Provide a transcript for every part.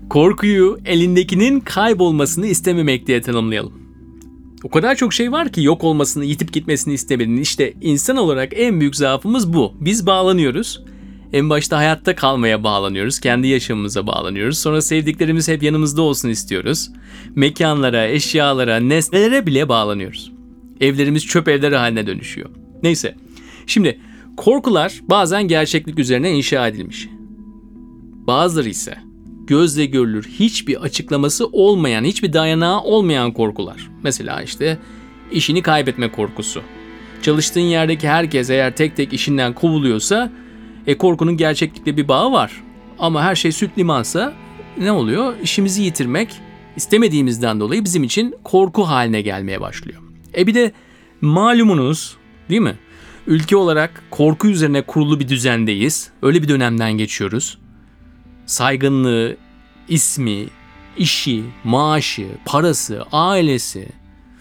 Korkuyu elindekinin kaybolmasını istememek diye tanımlayalım. O kadar çok şey var ki yok olmasını, yitip gitmesini istemediğin. İşte insan olarak en büyük zaafımız bu. Biz bağlanıyoruz. En başta hayatta kalmaya bağlanıyoruz. Kendi yaşamımıza bağlanıyoruz. Sonra sevdiklerimiz hep yanımızda olsun istiyoruz. Mekanlara, eşyalara, nesnelere bile bağlanıyoruz. Evlerimiz çöp evleri haline dönüşüyor. Neyse. Şimdi korkular bazen gerçeklik üzerine inşa edilmiş. Bazıları ise gözle görülür hiçbir açıklaması olmayan, hiçbir dayanağı olmayan korkular. Mesela işte işini kaybetme korkusu. Çalıştığın yerdeki herkes eğer tek tek işinden kovuluyorsa korkunun gerçeklikle bir bağı var. Ama her şey süt limansa ne oluyor? İşimizi yitirmek istemediğimizden dolayı bizim için korku haline gelmeye başlıyor. Bir de malumunuz değil mi? Ülke olarak korku üzerine kurulu bir düzendeyiz. Öyle bir dönemden geçiyoruz. Saygınlığı, ismi, işi, maaşı, parası, ailesi,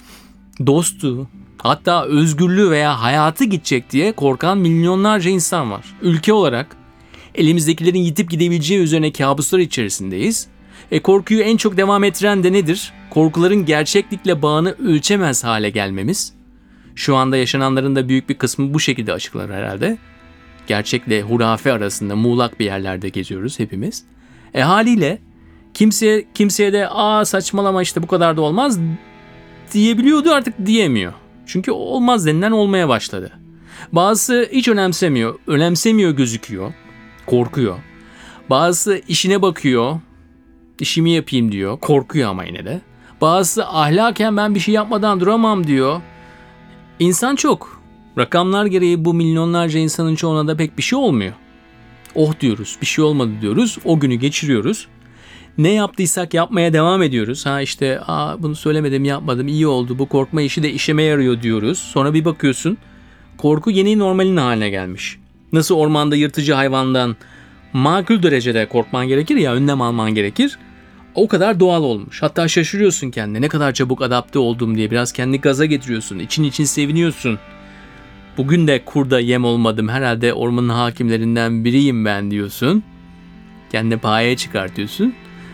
dostu, hatta özgürlüğü veya hayatı gidecek diye korkan milyonlarca insan var. Ülke olarak elimizdekilerin yitip gidebileceği üzerine kabuslar içerisindeyiz. Korkuyu en çok devam ettiren de nedir? Korkuların gerçeklikle bağını ölçemez hale gelmemiz. Şu anda yaşananların da büyük bir kısmı bu şekilde açıklanır herhalde. Gerçekle hurafe arasında muğlak bir yerlerde geziyoruz hepimiz. Haliyle kimseye de saçmalama işte bu kadar da olmaz diyebiliyordu, artık diyemiyor. Çünkü olmaz denilen olmaya başladı. Bazısı hiç önemsemiyor gözüküyor, korkuyor. Bazısı işine bakıyor, işimi yapayım diyor, korkuyor ama yine de. Bazısı ahlaken ben bir şey yapmadan duramam diyor. İnsan çok. Rakamlar gereği bu milyonlarca insanın çoğuna da pek bir şey olmuyor. Oh diyoruz, bir şey olmadı diyoruz, o günü geçiriyoruz. Ne yaptıysak yapmaya devam ediyoruz. Bunu söylemedim, yapmadım, iyi oldu, bu korkma işi de işime yarıyor diyoruz. Sonra bir bakıyorsun, korku yeni normalin haline gelmiş. Nasıl ormanda yırtıcı hayvandan makul derecede korkman gerekir ya, önlem alman gerekir. O kadar doğal olmuş. Hatta şaşırıyorsun kendine, ne kadar çabuk adapte oldum diye biraz kendini gaza getiriyorsun. İçin seviniyorsun. Bugün de kurda yem olmadım, herhalde ormanın hakimlerinden biriyim ben diyorsun. Kendine paye çıkartıyorsun.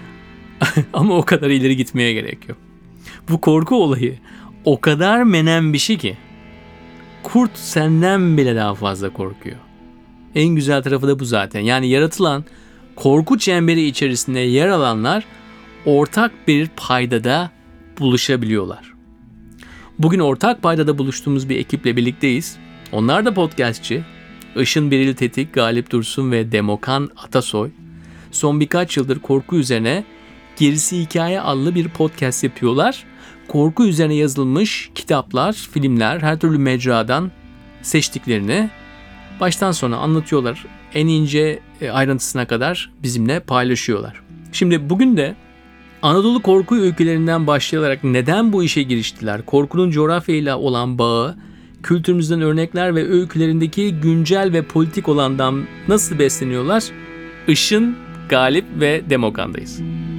Ama o kadar ileri gitmeye gerek yok. Bu korku olayı o kadar menen bir şey ki kurt senden bile daha fazla korkuyor. En güzel tarafı da bu zaten. Yani yaratılan korku çemberi içerisinde yer alanlar ortak bir paydada buluşabiliyorlar. Bugün ortak paydada buluştuğumuz bir ekiple birlikteyiz. Onlar da podcastçi. Işın Biril Tetik, Galip Dursun ve Demokan Atasoy. Son birkaç yıldır korku üzerine Gerisi Hikaye adlı bir podcast yapıyorlar. Korku üzerine yazılmış kitaplar, filmler, her türlü mecradan seçtiklerini baştan sona anlatıyorlar. En ince ayrıntısına kadar bizimle paylaşıyorlar. Şimdi bugün de Anadolu korku öykülerinden başlayarak neden bu işe giriştiler, korkunun coğrafyayla olan bağı, kültürümüzden örnekler ve öykülerindeki güncel ve politik olandan nasıl besleniyorlar? Işın, Galip ve Demokan'dayız.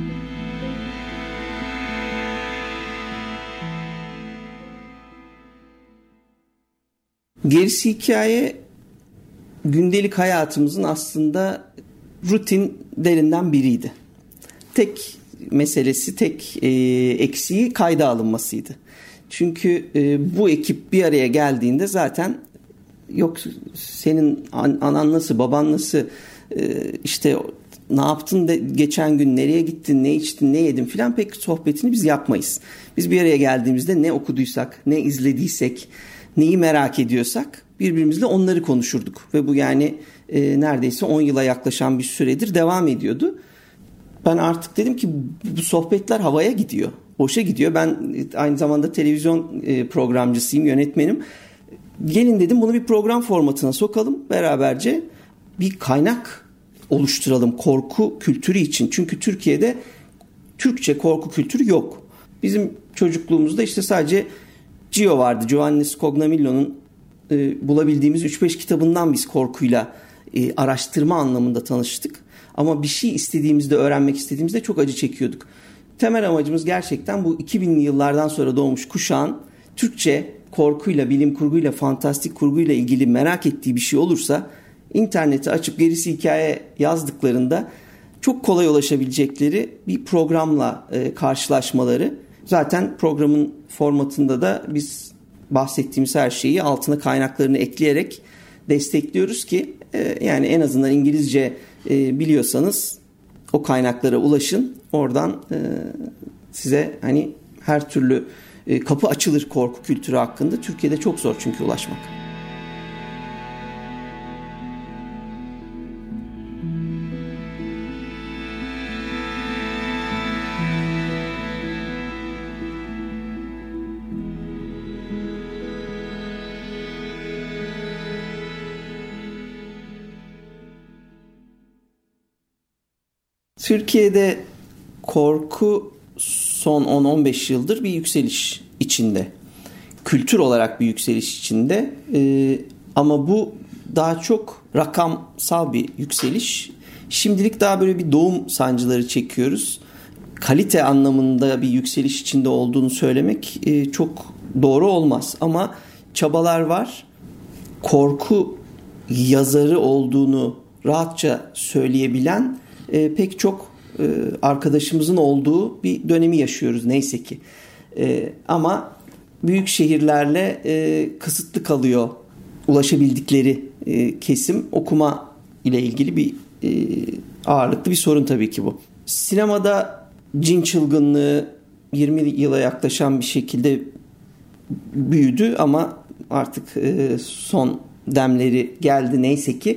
Gerisi hikaye gündelik hayatımızın aslında rutinlerinden biriydi. Tek meselesi, tek eksiği kayda alınmasıydı. Çünkü bu ekip bir araya geldiğinde zaten yok senin anan nasıl, baban nasıl, işte ne yaptın geçen gün, nereye gittin, ne içtin, ne yedin filan pek sohbetini biz yapmayız. Biz bir araya geldiğimizde ne okuduysak, ne izlediysek, neyi merak ediyorsak birbirimizle onları konuşurduk. Ve bu yani neredeyse 10 yıla yaklaşan bir süredir devam ediyordu. Ben artık dedim ki bu sohbetler havaya gidiyor. Boşa gidiyor. Ben aynı zamanda televizyon programcısıyım, yönetmenim. Gelin dedim bunu bir program formatına sokalım. Beraberce bir kaynak oluşturalım korku kültürü için. Çünkü Türkiye'de Türkçe korku kültürü yok. Bizim çocukluğumuzda işte sadece Gio vardı. Giovanni Scognamilo'nun bulabildiğimiz 3-5 kitabından biz korkuyla araştırma anlamında tanıştık. Ama bir şey istediğimizde, öğrenmek istediğimizde çok acı çekiyorduk. Temel amacımız gerçekten bu 2000'li yıllardan sonra doğmuş kuşağın Türkçe korkuyla, bilim kurguyla, fantastik kurguyla ilgili merak ettiği bir şey olursa interneti açıp gerisi hikaye yazdıklarında çok kolay ulaşabilecekleri bir programla karşılaşmaları. Zaten programın formatında da biz bahsettiğimiz her şeyi altına kaynaklarını ekleyerek destekliyoruz ki yani en azından İngilizce biliyorsanız o kaynaklara ulaşın. Oradan size hani her türlü kapı açılır korku kültürü hakkında. Türkiye'de çok zor çünkü ulaşmak. Türkiye'de korku son 10-15 yıldır bir yükseliş içinde. Kültür olarak bir yükseliş içinde. Ama bu daha çok rakamsal bir yükseliş. Şimdilik daha böyle bir doğum sancıları çekiyoruz. Kalite anlamında bir yükseliş içinde olduğunu söylemek çok doğru olmaz. Ama çabalar var. Korku yazarı olduğunu rahatça söyleyebilen pek çok arkadaşımızın olduğu bir dönemi yaşıyoruz neyse ki. Ama büyük şehirlerle kısıtlı kalıyor ulaşabildikleri kesim. Okuma ile ilgili bir ağırlıklı bir sorun tabii ki bu. Sinemada cin çılgınlığı 20 yıla yaklaşan bir şekilde büyüdü ama artık son demleri geldi neyse ki.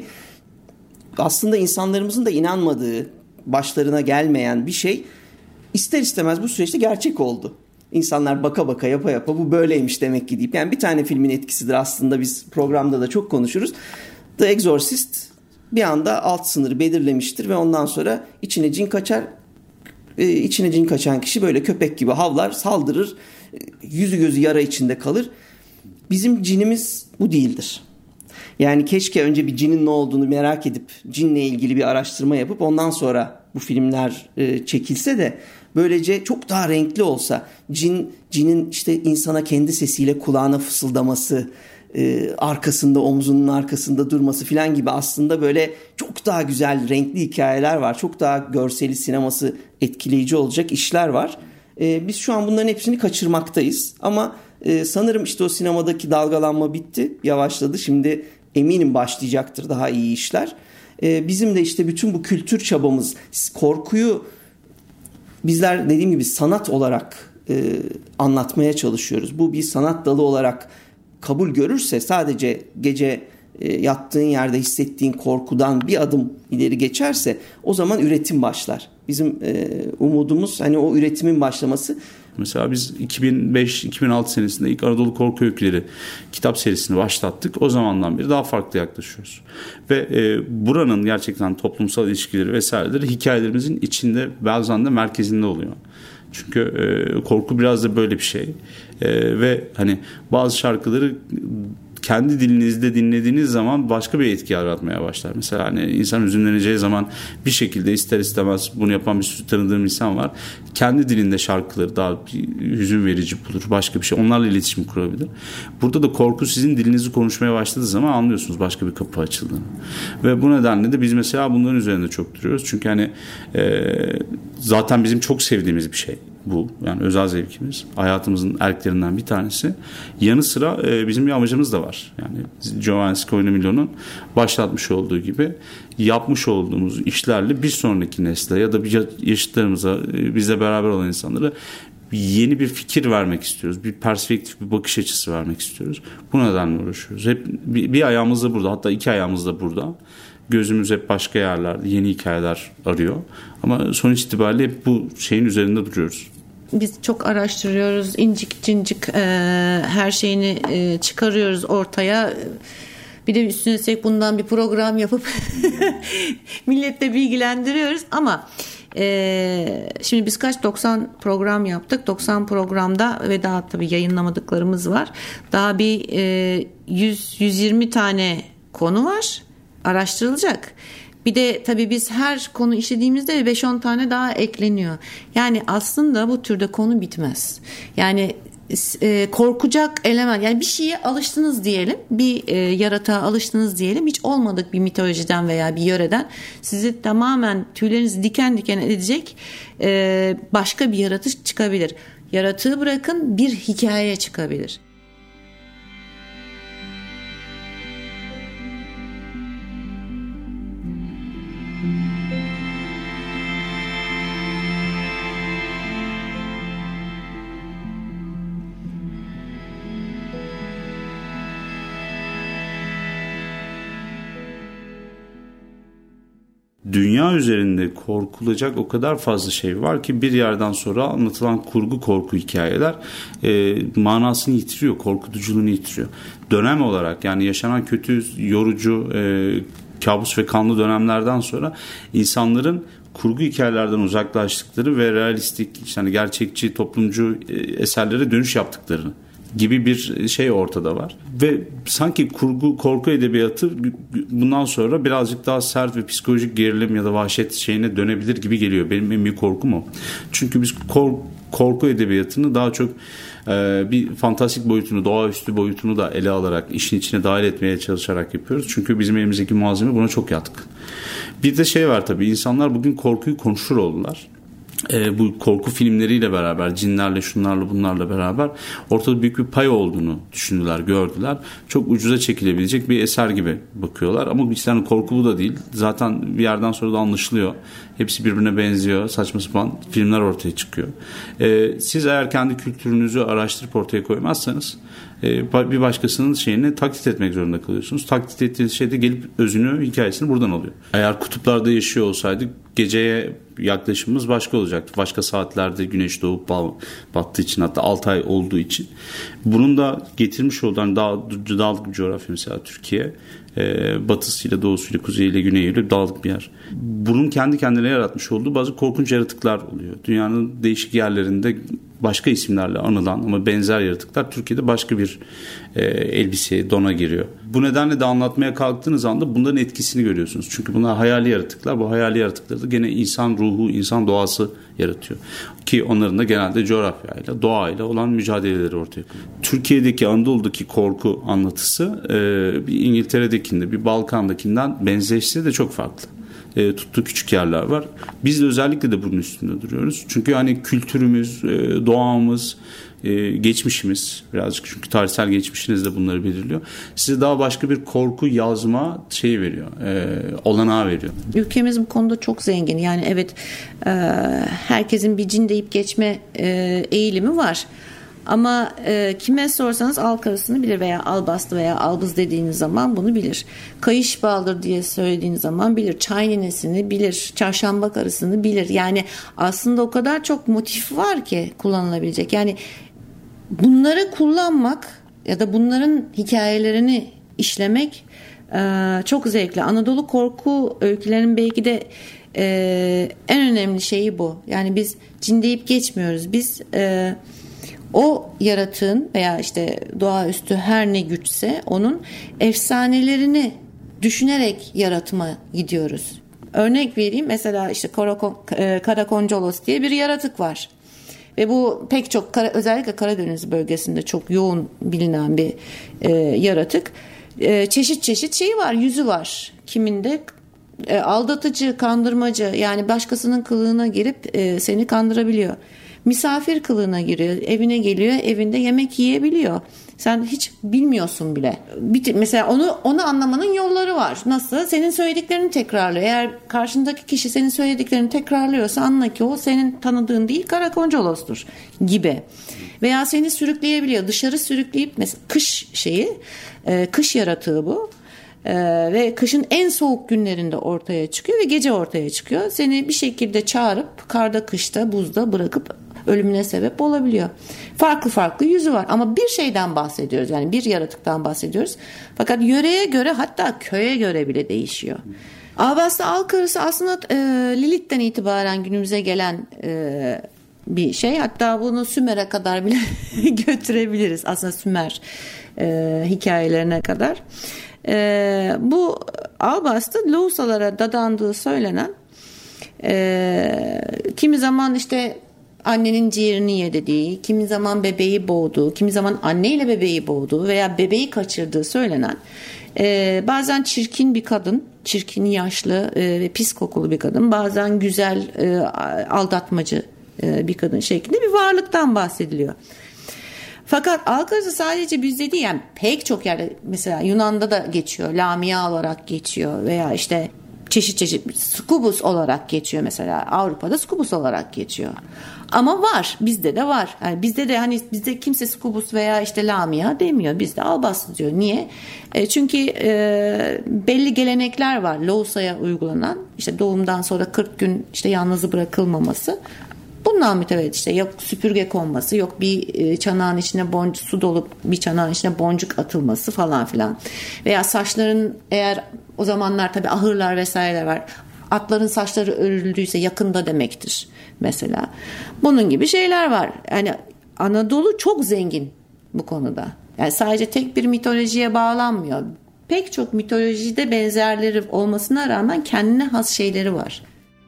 Aslında insanlarımızın da inanmadığı, başlarına gelmeyen bir şey ister istemez bu süreçte gerçek oldu. İnsanlar baka baka yapa yapa bu böyleymiş demek ki deyip. Yani bir tane filmin etkisidir aslında, biz programda da çok konuşuruz. The Exorcist bir anda alt sınırı belirlemiştir ve ondan sonra içine cin kaçar. İçine cin kaçan kişi böyle köpek gibi havlar, saldırır, yüzü gözü yara içinde kalır. Bizim cinimiz bu değildir. Yani keşke önce bir cinin ne olduğunu merak edip cinle ilgili bir araştırma yapıp ondan sonra bu filmler çekilse de böylece çok daha renkli olsa. Cinin işte insana kendi sesiyle kulağına fısıldaması, arkasında, omzunun arkasında durması falan gibi aslında böyle çok daha güzel renkli hikayeler var. Çok daha görseli, sineması etkileyici olacak işler var. Biz şu an bunların hepsini kaçırmaktayız. Ama sanırım işte o sinemadaki dalgalanma bitti, yavaşladı. Şimdi eminim başlayacaktır daha iyi işler. Bizim de işte bütün bu kültür çabamız, korkuyu bizler dediğim gibi sanat olarak anlatmaya çalışıyoruz. Bu bir sanat dalı olarak kabul görürse, sadece gece yattığın yerde hissettiğin korkudan bir adım ileri geçerse o zaman üretim başlar. Bizim umudumuz hani o üretimin başlaması. Mesela biz 2005-2006 senesinde ilk Anadolu Korku Öyküleri kitap serisini başlattık. O zamandan beri daha farklı yaklaşıyoruz. Ve buranın gerçekten toplumsal ilişkileri vesaireleri hikayelerimizin içinde, bazen de merkezinde oluyor. Çünkü korku biraz da böyle bir şey. Ve hani bazı şarkıları kendi dilinizde dinlediğiniz zaman başka bir etki yaratmaya başlar. Mesela hani insan hüzünleneceği zaman bir şekilde ister istemez bunu yapan bir sürü tanıdığım insan var. Kendi dilinde şarkıları daha hüzün verici bulur. Başka bir şey. Onlarla iletişim kurabilir. Burada da korku sizin dilinizi konuşmaya başladığı zaman anlıyorsunuz başka bir kapı açıldığını. Ve bu nedenle de biz mesela bunların üzerinde çok duruyoruz. Çünkü hani zaten bizim çok sevdiğimiz bir şey bu. Yani özel zevkimiz. Hayatımızın erklerinden bir tanesi. Yanı sıra bizim bir amacımız da var. Yani Giovanni Scognamilo'nun başlatmış olduğu gibi yapmış olduğumuz işlerle bir sonraki nesle ya da bir yaşıtlarımıza, bizle beraber olan insanlara yeni bir fikir vermek istiyoruz. Bir perspektif, bir bakış açısı vermek istiyoruz. Bu nedenle uğraşıyoruz. Hep bir ayağımız da burada, hatta iki ayağımız da burada. Gözümüz hep başka yerlerde, yeni hikayeler arıyor. Ama sonuç itibariyle hep bu şeyin üzerinde duruyoruz. Biz çok araştırıyoruz, incik cincik her şeyini çıkarıyoruz ortaya. Bir de üstüne üstlük bundan bir program yapıp milletle bilgilendiriyoruz. Ama şimdi biz 90 program yaptık. 90 programda ve daha tabii yayınlamadıklarımız var. Daha bir 100-120 tane konu var. Araştırılacak. Bir de tabii biz her konu işlediğimizde 5-10 tane daha ekleniyor. Yani aslında bu türde konu bitmez. Yani korkacak element, yani bir şeye alıştınız diyelim, bir yaratığa alıştınız diyelim, hiç olmadık bir mitolojiden veya bir yöreden sizi tamamen tüylerinizi diken diken edecek başka bir yaratık çıkabilir. Yaratığı bırakın, bir hikaye çıkabilir. Dünya üzerinde korkulacak o kadar fazla şey var ki bir yerden sonra anlatılan kurgu korku hikayeler manasını yitiriyor, korkutuculuğunu yitiriyor. Dönem olarak, yani yaşanan kötü, yorucu, kabus ve kanlı dönemlerden sonra insanların kurgu hikayelerden uzaklaştıkları ve realistik, işte hani gerçekçi, toplumcu eserlere dönüş yaptıklarını gibi bir şey ortada var. Ve sanki korku edebiyatı bundan sonra birazcık daha sert ve psikolojik gerilim ya da vahşet şeyine dönebilir gibi geliyor. Benim en büyük korkum o. Çünkü biz korku edebiyatını daha çok bir fantastik boyutunu, doğaüstü boyutunu da ele alarak, işin içine dahil etmeye çalışarak yapıyoruz. Çünkü bizim elimizdeki malzeme buna çok yatkın. Bir de şey var tabii, insanlar bugün korkuyu konuşur oldular. Bu korku filmleriyle beraber, cinlerle, şunlarla, bunlarla beraber ortada büyük bir pay olduğunu düşündüler, gördüler. Çok ucuza çekilebilecek bir eser gibi bakıyorlar. Ama bir tane korku bu da değil. Zaten bir yerden sonra da anlaşılıyor. Hepsi birbirine benziyor. Saçma sapan filmler ortaya çıkıyor. Siz eğer kendi kültürünüzü araştırıp ortaya koymazsanız bir başkasının şeyini taklit etmek zorunda kalıyorsunuz. Taklit ettiğiniz şey de gelip özünü, hikayesini buradan alıyor. Eğer kutuplarda yaşıyor olsaydık geceye yaklaşımımız başka olacaktı. Başka saatlerde güneş doğup battığı için, hatta 6 ay olduğu için. Bunun da getirmiş olduğu, hani daha dağlık bir coğrafya mesela Türkiye. Batısıyla, doğusuyla, kuzeyiyle, güneyiyle dağlık bir yer. Bunun kendi kendine yaratmış olduğu bazı korkunç yaratıklar oluyor. Dünyanın değişik yerlerinde başka isimlerle anılan ama benzer yaratıklar Türkiye'de başka bir elbiseye, dona giriyor. Bu nedenle de anlatmaya kalktığınız anda bunların etkisini görüyorsunuz. Çünkü bunlar hayali yaratıklar. Bu hayali yaratıkları da gene insan ruhu, insan doğası yaratıyor. Ki onların da genelde coğrafyayla, doğayla olan mücadeleleri ortaya koyuyor. Türkiye'deki, Anadolu'daki korku anlatısı bir İngiltere'dekinde, bir Balkan'dakinden benzeşse de çok farklı. Tuttuğu küçük yerler var. Biz de özellikle de bunun üstünde duruyoruz. Çünkü hani kültürümüz, doğamız, geçmişimiz, birazcık çünkü tarihsel geçmişiniz de bunları belirliyor. Size daha başka bir korku yazma şeyi veriyor, olanağı veriyor. Ülkemiz bu konuda çok zengin. Yani evet, herkesin bir cin deyip geçme eğilimi var. Ama kime sorsanız al karısını bilir veya al bastı veya albız dediğiniz zaman bunu bilir. Kayış baldır diye söylediğiniz zaman bilir. Çay ninesini bilir. Çarşamba karısını bilir. Yani aslında o kadar çok motif var ki kullanılabilecek. Yani bunları kullanmak ya da bunların hikayelerini işlemek çok zevkli. Anadolu korku öykülerinin belki de en önemli şeyi bu. Yani biz cin deyip geçmiyoruz. Biz o yaratığın veya işte doğaüstü her ne güçse onun efsanelerini düşünerek yaratıma gidiyoruz. Örnek vereyim, mesela işte Karakoncolos diye bir yaratık var. Ve bu pek çok özellikle Karadeniz bölgesinde çok yoğun bilinen bir yaratık. Çeşit çeşit şeyi var, yüzü var. Kiminde aldatıcı, kandırmacı, yani başkasının kılığına girip seni kandırabiliyor. Misafir kılığına giriyor, evine geliyor, evinde yemek yiyebiliyor. Sen hiç bilmiyorsun bile. Mesela onu anlamanın yolları var. Nasıl? Senin söylediklerini tekrarlıyor. Eğer karşındaki kişi senin söylediklerini tekrarlıyorsa anla ki o senin tanıdığın değil, Karakoncolos'tur gibi. Veya seni sürükleyebiliyor. Dışarı sürükleyip, mesela kış yaratığı bu. Ve kışın en soğuk günlerinde ortaya çıkıyor ve gece ortaya çıkıyor. Seni bir şekilde çağırıp karda, kışta, buzda bırakıp ölümüne sebep olabiliyor. Farklı farklı yüzü var ama bir şeyden bahsediyoruz, yani bir yaratıktan bahsediyoruz. Fakat yöreye göre, hatta köye göre bile değişiyor. Ağbastı al karısı aslında Lilith'ten itibaren günümüze gelen bir şey. Hatta bunu Sümer'e kadar bile götürebiliriz. Aslında Sümer hikayelerine kadar. Bu Ağbastı Lousalara dadandığı söylenen, kimi zaman işte annenin ciğerini ye dediği, kimi zaman bebeği boğduğu, kimi zaman anneyle bebeği boğduğu veya bebeği kaçırdığı söylenen bazen çirkin bir kadın, çirkin, yaşlı ve pis kokulu bir kadın, bazen güzel, aldatmacı bir kadın şeklinde bir varlıktan bahsediliyor. Fakat Alkarazı sadece bizde değil, yani pek çok yerde, mesela Yunan'da da geçiyor, Lamia olarak geçiyor veya işte çeşit skubus olarak geçiyor, mesela Avrupa'da skubus olarak geçiyor. Ama var, bizde de var. Yani bizde de, hani bizde kimse skubus veya işte Lamia demiyor, bizde albas diyor. Niye? Çünkü belli gelenekler var Loğusa'ya uygulanan, işte doğumdan sonra 40 gün işte yalnız bırakılmaması. Bundan mütevellit işte yok süpürge konması, yok bir çanağın içine su dolup bir çanağın içine boncuk atılması falan filan. Veya saçların, eğer o zamanlar tabii ahırlar vesaireler var, atların saçları örüldüyse yakında demektir mesela. Bunun gibi şeyler var. Yani Anadolu çok zengin bu konuda. Yani sadece tek bir mitolojiye bağlanmıyor. Pek çok mitolojide benzerleri olmasına rağmen kendine has şeyleri var.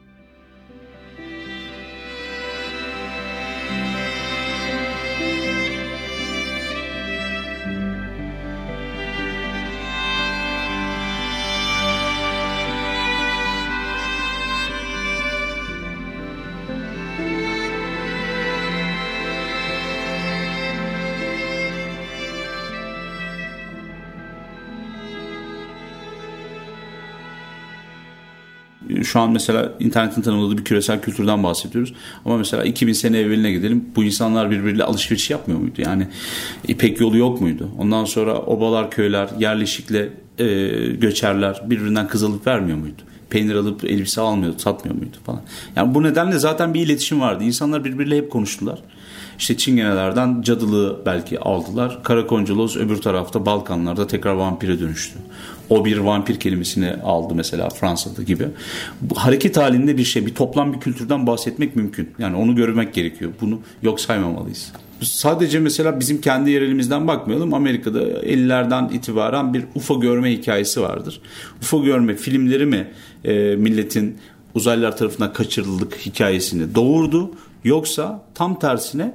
Şu an mesela internetin tanımladığı bir küresel kültürden bahsediyoruz. Ama mesela 2000 sene evveline gidelim. Bu insanlar birbiriyle alışveriş yapmıyor muydu? Yani İpek yolu yok muydu? Ondan sonra obalar, köyler, yerleşikle göçerler birbirinden kız alıp vermiyor muydu? Peynir alıp elbise almıyordu, satmıyor muydu falan. Yani bu nedenle zaten bir iletişim vardı. İnsanlar birbiriyle hep konuştular. İşte Çingenelerden cadılığı belki aldılar. Karakonculoz öbür tarafta Balkanlarda tekrar vampire dönüştü. O bir vampir kelimesini aldı mesela Fransa'da gibi. Bu hareket halinde bir şey, bir toplam bir kültürden bahsetmek mümkün. Yani onu görmek gerekiyor. Bunu yok saymamalıyız. Sadece mesela bizim kendi yerelimizden bakmayalım. Amerika'da 50'lerden itibaren bir UFO görme hikayesi vardır. UFO görme filmleri mi milletin uzaylılar tarafından kaçırıldık hikayesini doğurdu, yoksa tam tersine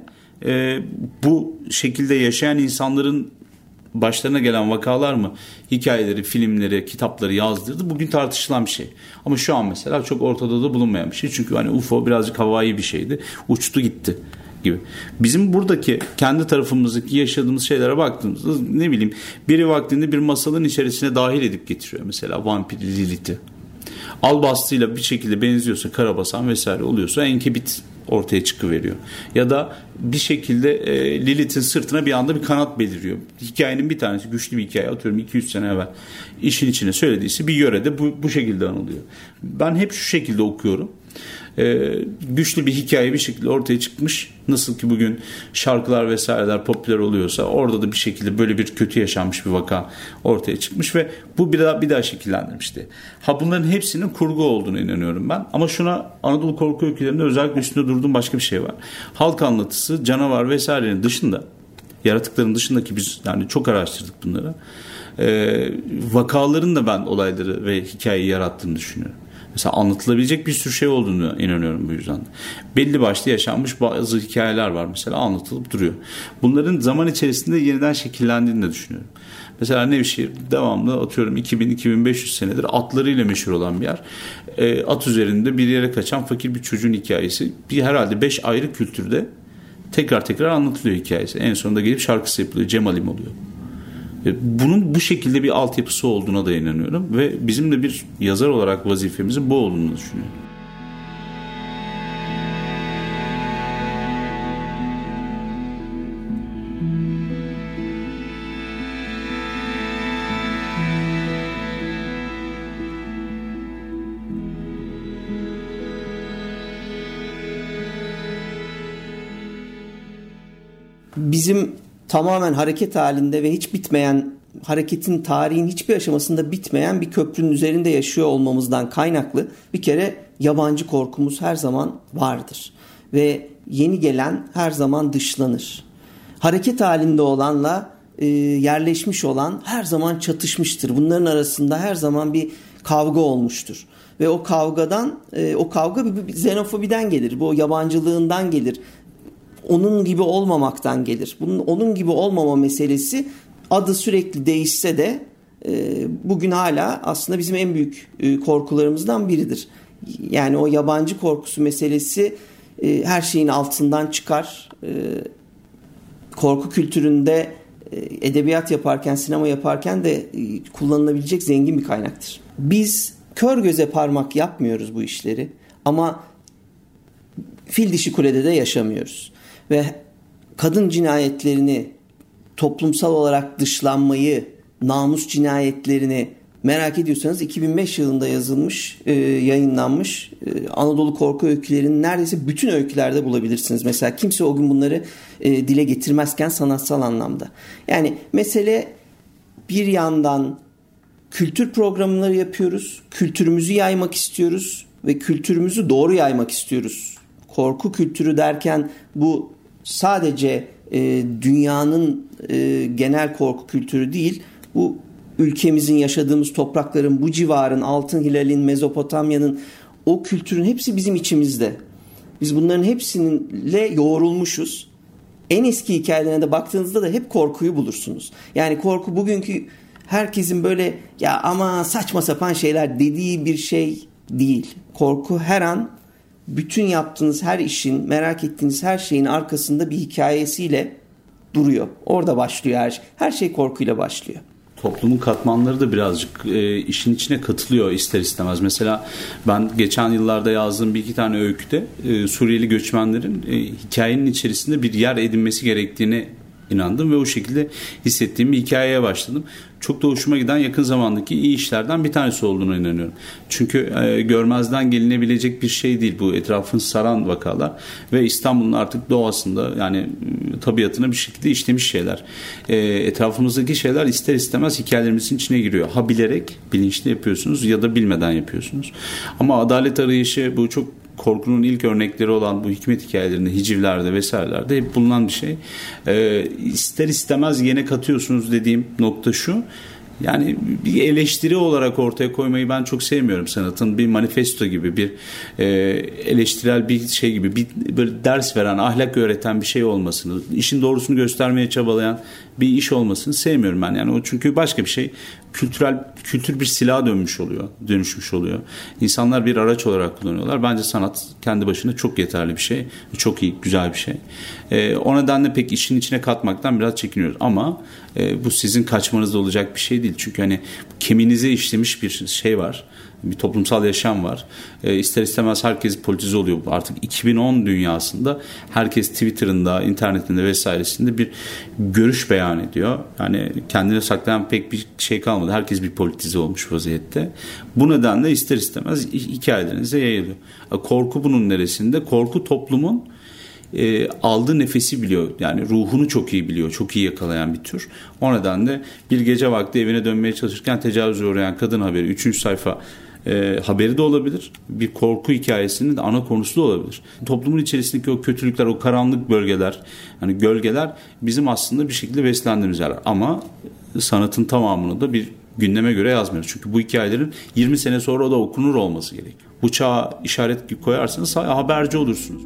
bu şekilde yaşayan insanların başlarına gelen vakalar mı hikayeleri, filmleri, kitapları yazdırdı? Bugün tartışılan bir şey. Ama şu an mesela çok ortada da bulunmayan bir şey. Çünkü hani UFO birazcık havai bir şeydi. Uçtu gitti gibi. Bizim buradaki kendi tarafımızdaki yaşadığımız şeylere baktığımızda ne bileyim, biri vaktinde bir masalın içerisine dahil edip getiriyor. Mesela vampir Lilith'i. Albastıyla bir şekilde benziyorsa, karabasan vesaire oluyorsa Enkebit ortaya çıkıveriyor. Ya da bir şekilde Lilith'in sırtına bir anda bir kanat beliriyor. Hikayenin bir tanesi, güçlü bir hikaye, atıyorum 200 sene evvel işin içine söylediyse bir yörede bu şekilde anılıyor. Ben hep şu şekilde okuyorum. Güçlü bir hikaye bir şekilde ortaya çıkmış. Nasıl ki bugün şarkılar vesaireler popüler oluyorsa, orada da bir şekilde böyle bir kötü yaşanmış bir vaka ortaya çıkmış ve bu bir daha şekillendirmişti. Bunların hepsinin kurgu olduğunu inanıyorum ben. Ama şuna, Anadolu korku öykülerinde özellikle üstünde durduğum başka bir şey var. Halk anlatısı, canavar vesairenin dışında, yaratıkların dışındaki, biz yani çok araştırdık bunları. Vakaların da ben olayları ve hikayeyi yarattığını düşünüyorum. Mesela anlatılabilecek bir sürü şey olduğunu inanıyorum bu yüzden. Belli başlı yaşanmış bazı hikayeler var mesela, anlatılıp duruyor. Bunların zaman içerisinde yeniden şekillendiğini de düşünüyorum. Mesela Nevşehir devamlı, atıyorum 2000-2500 senedir atlarıyla meşhur olan bir yer. At üzerinde bir yere kaçan fakir bir çocuğun hikayesi. Herhalde 5 ayrı kültürde tekrar anlatılıyor hikayesi. En sonunda gelip şarkısı yapılıyor, Cemalim oluyor. Bunun bu şekilde bir altyapısı olduğuna da inanıyorum ve bizim de bir yazar olarak vazifemizin bu olduğunu düşünüyorum. Bizim tamamen hareket halinde ve hiç bitmeyen, hareketin, tarihin hiçbir aşamasında bitmeyen bir köprünün üzerinde yaşıyor olmamızdan kaynaklı bir kere yabancı korkumuz her zaman vardır. Ve yeni gelen her zaman dışlanır. Hareket halinde olanla yerleşmiş olan her zaman çatışmıştır. Bunların arasında her zaman bir kavga olmuştur. Ve o kavga bir xenofobiden gelir. Bu yabancılığından gelir. onun gibi olmamaktan gelir. Bunun onun gibi olmama meselesi adı sürekli değişse de bugün hala aslında bizim en büyük korkularımızdan biridir. Yani o yabancı korkusu meselesi her şeyin altından çıkar. Korku kültüründe edebiyat yaparken, sinema yaparken de kullanılabilecek zengin bir kaynaktır. Biz kör göze parmak yapmıyoruz bu işleri ama Fil Dişi Kule'de de yaşamıyoruz. Ve kadın cinayetlerini, toplumsal olarak dışlanmayı, namus cinayetlerini merak ediyorsanız 2005 yılında yazılmış, yayınlanmış Anadolu Korku Öyküleri'nin neredeyse bütün öykülerde bulabilirsiniz. Mesela kimse o gün bunları dile getirmezken sanatsal anlamda. Yani mesele bir yandan kültür programları yapıyoruz, kültürümüzü yaymak istiyoruz ve kültürümüzü doğru yaymak istiyoruz. Korku kültürü derken bu sadece dünyanın genel korku kültürü değil, bu ülkemizin, yaşadığımız toprakların, bu civarın, Altın Hilal'in, Mezopotamya'nın, o kültürün hepsi bizim içimizde. Biz bunların hepsiyle yoğrulmuşuz. En eski hikayelerine de baktığınızda da hep korkuyu bulursunuz. Yani korku bugünkü herkesin böyle ya ama saçma sapan şeyler dediği bir şey değil. Korku her an bütün yaptığınız her işin, merak ettiğiniz her şeyin arkasında bir hikayesiyle duruyor. Orada başlıyor her şey. Her şey korkuyla başlıyor. Toplumun katmanları da birazcık işin içine katılıyor ister istemez. Mesela ben geçen yıllarda yazdığım bir iki tane öyküde Suriyeli göçmenlerin hikayenin içerisinde bir yer edinmesi gerektiğini inandım ve o şekilde hissettiğim bir hikayeye başladım. Çok da hoşuma giden, yakın zamandaki iyi işlerden bir tanesi olduğuna inanıyorum. Çünkü görmezden gelinebilecek bir şey değil bu etrafını saran vakalar ve İstanbul'un artık doğasında, yani tabiatına bir şekilde işlemiş şeyler. Etrafımızdaki şeyler ister istemez hikayelerimizin içine giriyor. Ha bilerek, bilinçli yapıyorsunuz ya da bilmeden yapıyorsunuz. Ama adalet arayışı, bu çok korkunun ilk örnekleri olan bu hikmet hikayelerinde, hicivlerde vesairelerde hep bulunan bir şey. İster istemez yine katıyorsunuz dediğim nokta şu. Yani bir eleştiri olarak ortaya koymayı ben çok sevmiyorum sanatın. Bir manifesto gibi, bir eleştirel bir şey gibi, bir böyle ders veren, ahlak öğreten bir şey olmasını, işin doğrusunu göstermeye çabalayan bir iş olmasını sevmiyorum ben. Yani o çünkü başka bir şey. Kültür bir silaha dönüşmüş oluyor. İnsanlar bir araç olarak kullanıyorlar. Bence sanat kendi başına çok yeterli bir şey. Çok iyi, güzel bir şey. O nedenle pek işin içine katmaktan biraz çekiniyoruz. Ama bu sizin kaçmanızda olacak bir şey değil. Çünkü hani kemiğinize işlemiş bir şey var. Bir toplumsal yaşam var. İster istemez herkes politize oluyor. Artık 2010 dünyasında herkes Twitter'ında, internetinde vesairesinde bir görüş beyan ediyor. Yani kendine saklayan pek bir şey kalmadı. Herkes bir politize olmuş vaziyette. Bu nedenle ister istemez hikayelerinize yayılıyor. Korku bunun neresinde? Korku toplumun aldığı nefesi biliyor. Yani ruhunu çok iyi biliyor. Çok iyi yakalayan bir tür. O nedenle bir gece vakti evine dönmeye çalışırken tecavüze uğrayan kadın haberi 3. sayfa haberi de olabilir. Bir korku hikayesinin de ana konusu da olabilir. Toplumun içerisindeki o kötülükler, o karanlık bölgeler, hani gölgeler bizim aslında bir şekilde beslendiğimiz yerler. Ama sanatın tamamını da bir gündeme göre yazmıyoruz. Çünkü bu hikayelerin 20 sene sonra da okunur olması gerekiyor. Bu çağa işaret koyarsanız haberci olursunuz.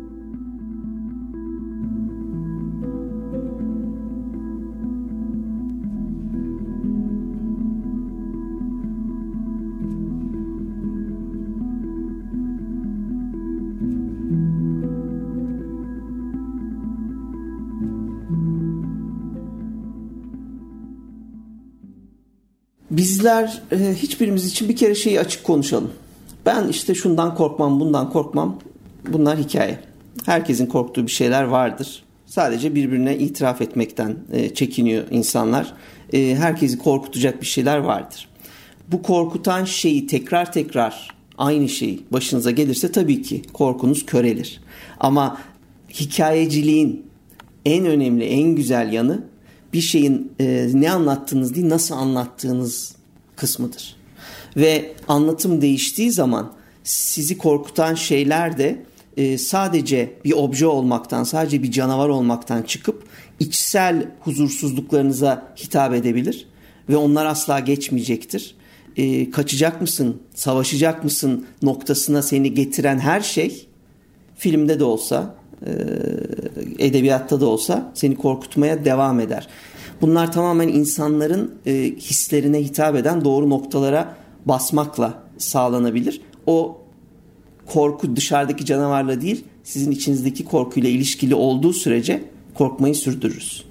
Bizler hiçbirimiz için bir kere şeyi açık konuşalım. Ben işte şundan korkmam, bundan korkmam. Bunlar hikaye. Herkesin korktuğu bir şeyler vardır. Sadece birbirine itiraf etmekten çekiniyor insanlar. Herkesi korkutacak bir şeyler vardır. Bu korkutan şeyi tekrar aynı şey başınıza gelirse tabii ki korkunuz körelir. Ama hikayeciliğin en önemli, en güzel yanı bir şeyin ne anlattığınız değil, nasıl anlattığınız kısmıdır. Ve anlatım değiştiği zaman sizi korkutan şeyler de sadece bir obje olmaktan, sadece bir canavar olmaktan çıkıp içsel huzursuzluklarınıza hitap edebilir ve onlar asla geçmeyecektir. Kaçacak mısın, savaşacak mısın noktasına seni getiren her şey filmde de olsa, edebiyatta da olsa seni korkutmaya devam eder. Bunlar tamamen insanların hislerine hitap eden doğru noktalara basmakla sağlanabilir. O korku dışarıdaki canavarla değil, sizin içinizdeki korkuyla ilişkili olduğu sürece korkmayı sürdürürüz.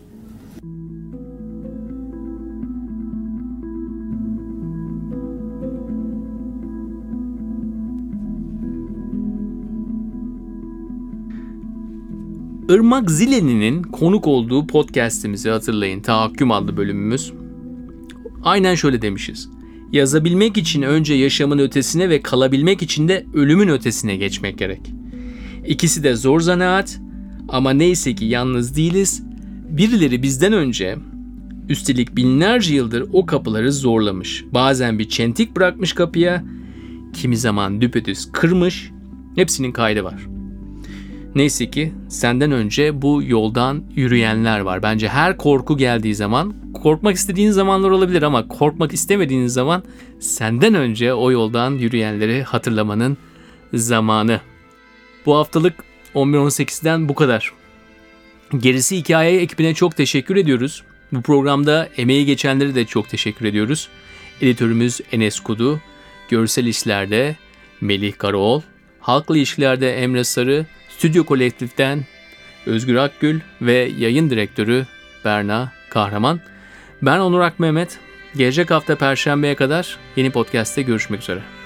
Irmak Zileni'nin konuk olduğu podcast'imizi hatırlayın. Tahakküm adlı bölümümüz. Aynen şöyle demişiz. Yazabilmek için önce yaşamın ötesine ve kalabilmek için de ölümün ötesine geçmek gerek. İkisi de zor zanaat ama neyse ki yalnız değiliz. Birileri bizden önce, üstelik binlerce yıldır o kapıları zorlamış. Bazen bir çentik bırakmış kapıya, kimi zaman düpedüz kırmış. Hepsinin kaydı var. Neyse ki senden önce bu yoldan yürüyenler var. Bence her korku geldiği zaman, korkmak istediğin zamanlar olabilir ama korkmak istemediğin zaman senden önce o yoldan yürüyenleri hatırlamanın zamanı. Bu haftalık 11-18'den bu kadar. Gerisi Hikaye ekibine çok teşekkür ediyoruz. Bu programda emeği geçenlere de çok teşekkür ediyoruz. Editörümüz Enes Kudu, görsel işlerde Melih Karaoğlu, halkla ilişkilerde Emre Sarı, Stüdyo Kolektif'ten Özgür Akgül ve yayın direktörü Berna Kahraman. Ben Onur Akmehmet. Gelecek hafta Perşembe'ye kadar yeni podcast'te görüşmek üzere.